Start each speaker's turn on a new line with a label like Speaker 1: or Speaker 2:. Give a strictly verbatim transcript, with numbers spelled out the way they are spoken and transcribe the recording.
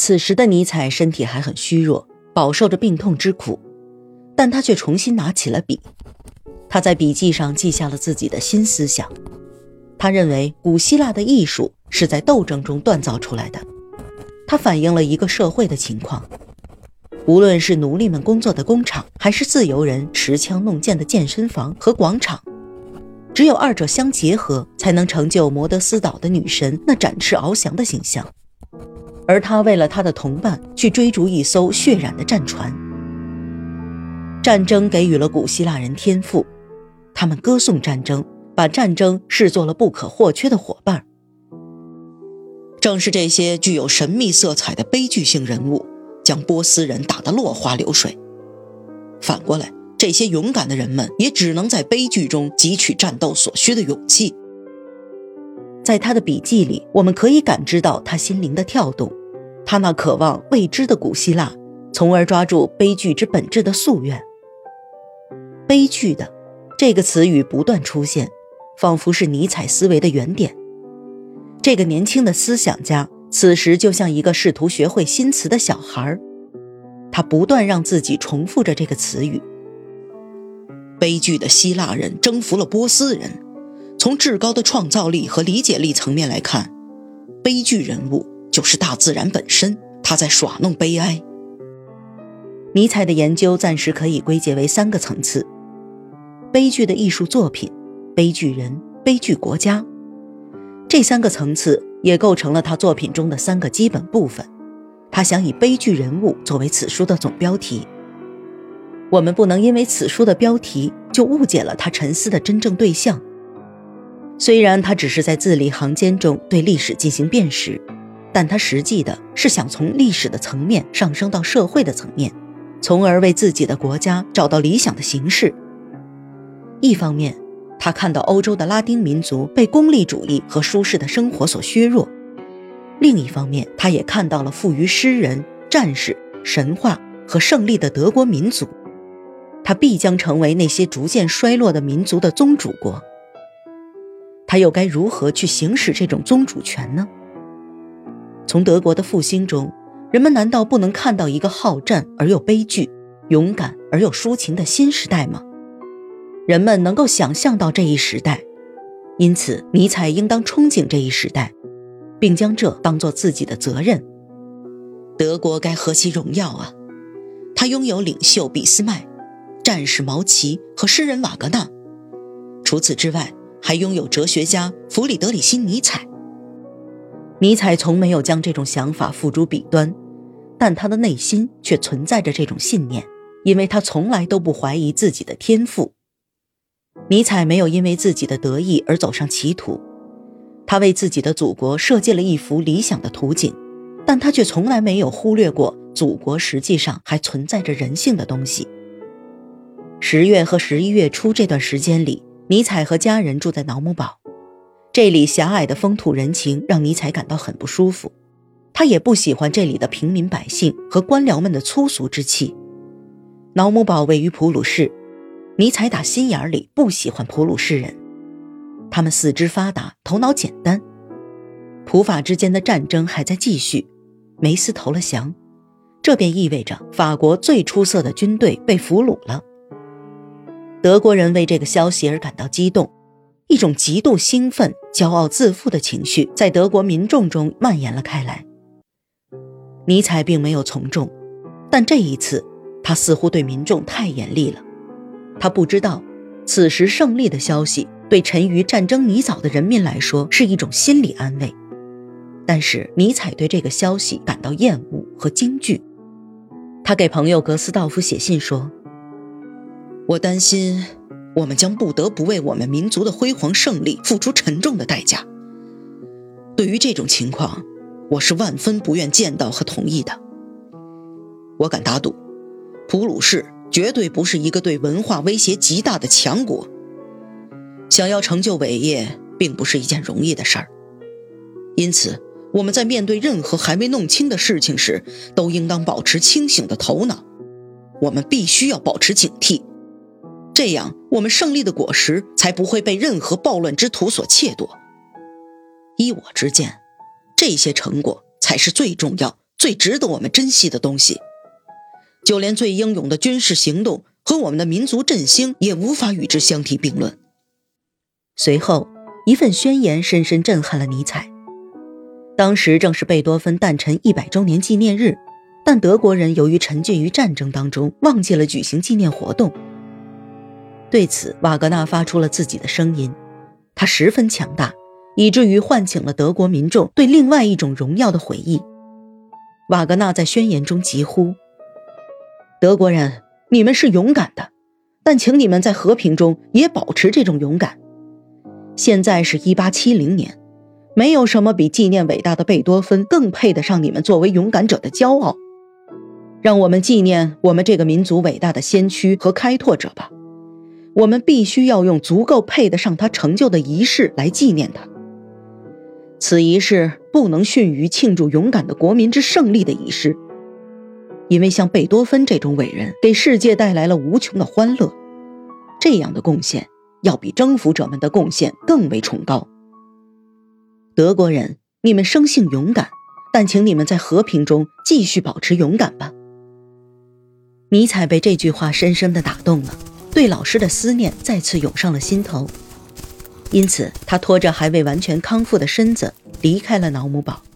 Speaker 1: 此时的尼采身体还很虚弱，饱受着病痛之苦，但他却重新拿起了笔。他在笔记上记下了自己的新思想。他认为古希腊的艺术是在斗争中锻造出来的，它反映了一个社会的情况。无论是奴隶们工作的工厂，还是自由人持枪弄剑的健身房和广场，只有二者相结合，才能成就摩德斯岛的女神那展翅翱翔的形象。而他为了他的同伴去追逐一艘血染的战船。战争给予了古希腊人天赋，他们歌颂战争，把战争视作了不可或缺的伙伴。正是这些具有神秘色彩的悲剧性人物，将波斯人打得落花流水。反过来，这些勇敢的人们也只能在悲剧中汲取战斗所需的勇气。在他的笔记里，我们可以感知到他心灵的跳动，他那渴望未知的古希腊，从而抓住悲剧之本质的夙愿。悲剧的这个词语不断出现，仿佛是尼采思维的原点。这个年轻的思想家此时就像一个试图学会新词的小孩，他不断让自己重复着这个词语。悲剧的希腊人征服了波斯人，从至高的创造力和理解力层面来看，悲剧人物就是大自然本身，他在耍弄悲哀。尼采的研究暂时可以归结为三个层次：悲剧的艺术作品、悲剧人、悲剧国家。这三个层次也构成了他作品中的三个基本部分。他想以悲剧人物作为此书的总标题。我们不能因为此书的标题就误解了他沉思的真正对象。虽然他只是在字里行间中对历史进行辨识，但他实际的是想从历史的层面上升到社会的层面，从而为自己的国家找到理想的形式。一方面，他看到欧洲的拉丁民族被功利主义和舒适的生活所削弱；另一方面，他也看到了富于诗人、战士、神话和胜利的德国民族，他必将成为那些逐渐衰落的民族的宗主国。他又该如何去行使这种宗主权呢？从德国的复兴中，人们难道不能看到一个好战而又悲剧、勇敢而又抒情的新时代吗？人们能够想象到这一时代，因此尼采应当憧憬这一时代，并将这当作自己的责任。德国该何其荣耀啊！他拥有领袖俾斯麦、战士毛奇和诗人瓦格纳，除此之外，还拥有哲学家弗里德里希·尼采。尼采从没有将这种想法付诸笔端，但他的内心却存在着这种信念，因为他从来都不怀疑自己的天赋。尼采没有因为自己的得意而走上歧途，他为自己的祖国设计了一幅理想的图景，但他却从来没有忽略过祖国实际上还存在着人性的东西。十月和十一月初这段时间里，尼采和家人住在瑙姆堡，这里狭隘的风土人情让尼采感到很不舒服，他也不喜欢这里的平民百姓和官僚们的粗俗之气。瑙姆堡位于普鲁士，尼采打心眼里不喜欢普鲁士人，他们四肢发达，头脑简单。普法之间的战争还在继续，梅斯投了降，这便意味着法国最出色的军队被俘虏了。德国人为这个消息而感到激动，一种极度兴奋、骄傲自负的情绪在德国民众中蔓延了开来。尼采并没有从众，但这一次他似乎对民众太严厉了。他不知道，此时胜利的消息对沉于战争泥沼的人民来说是一种心理安慰，但是尼采对这个消息感到厌恶和惊惧。他给朋友格斯道夫写信说：我担心我们将不得不为我们民族的辉煌胜利付出沉重的代价。对于这种情况，我是万分不愿见到和同意的。我敢打赌，普鲁士绝对不是一个对文化威胁极大的强国。想要成就伟业，并不是一件容易的事儿。因此，我们在面对任何还未弄清的事情时，都应当保持清醒的头脑。我们必须要保持警惕，这样我们胜利的果实才不会被任何暴乱之徒所窃夺。依我之见，这些成果才是最重要、
Speaker 2: 最值得我们珍惜的东西。就连最英勇的军事行动和我们的民族振兴也无法与之相提并论。
Speaker 1: 随后，一份宣言深深震撼了尼采。当时正是贝多芬诞辰一百周年纪念日，但德国人由于沉浸于战争当中，忘记了举行纪念活动。对此，瓦格纳发出了自己的声音，他十分强大，以至于唤醒了德国民众对另外一种荣耀的回忆。瓦格纳在宣言中疾呼：德国人，你们是勇敢的，但请你们在和平中也保持这种勇敢。现在是一八七零年，没有什么比纪念伟大的贝多芬更配得上你们作为勇敢者的骄傲。让我们纪念我们这个民族伟大的先驱和开拓者吧。我们必须要用足够配得上他成就的仪式来纪念他。此仪式不能逊于庆祝勇敢的国民之胜利的仪式，因为像贝多芬这种伟人给世界带来了无穷的欢乐，这样的贡献要比征服者们的贡献更为崇高。德国人，你们生性勇敢，但请你们在和平中继续保持勇敢吧。尼采被这句话深深地打动了，对老师的思念再次涌上了心头，因此他拖着还未完全康复的身子离开了瑙姆堡。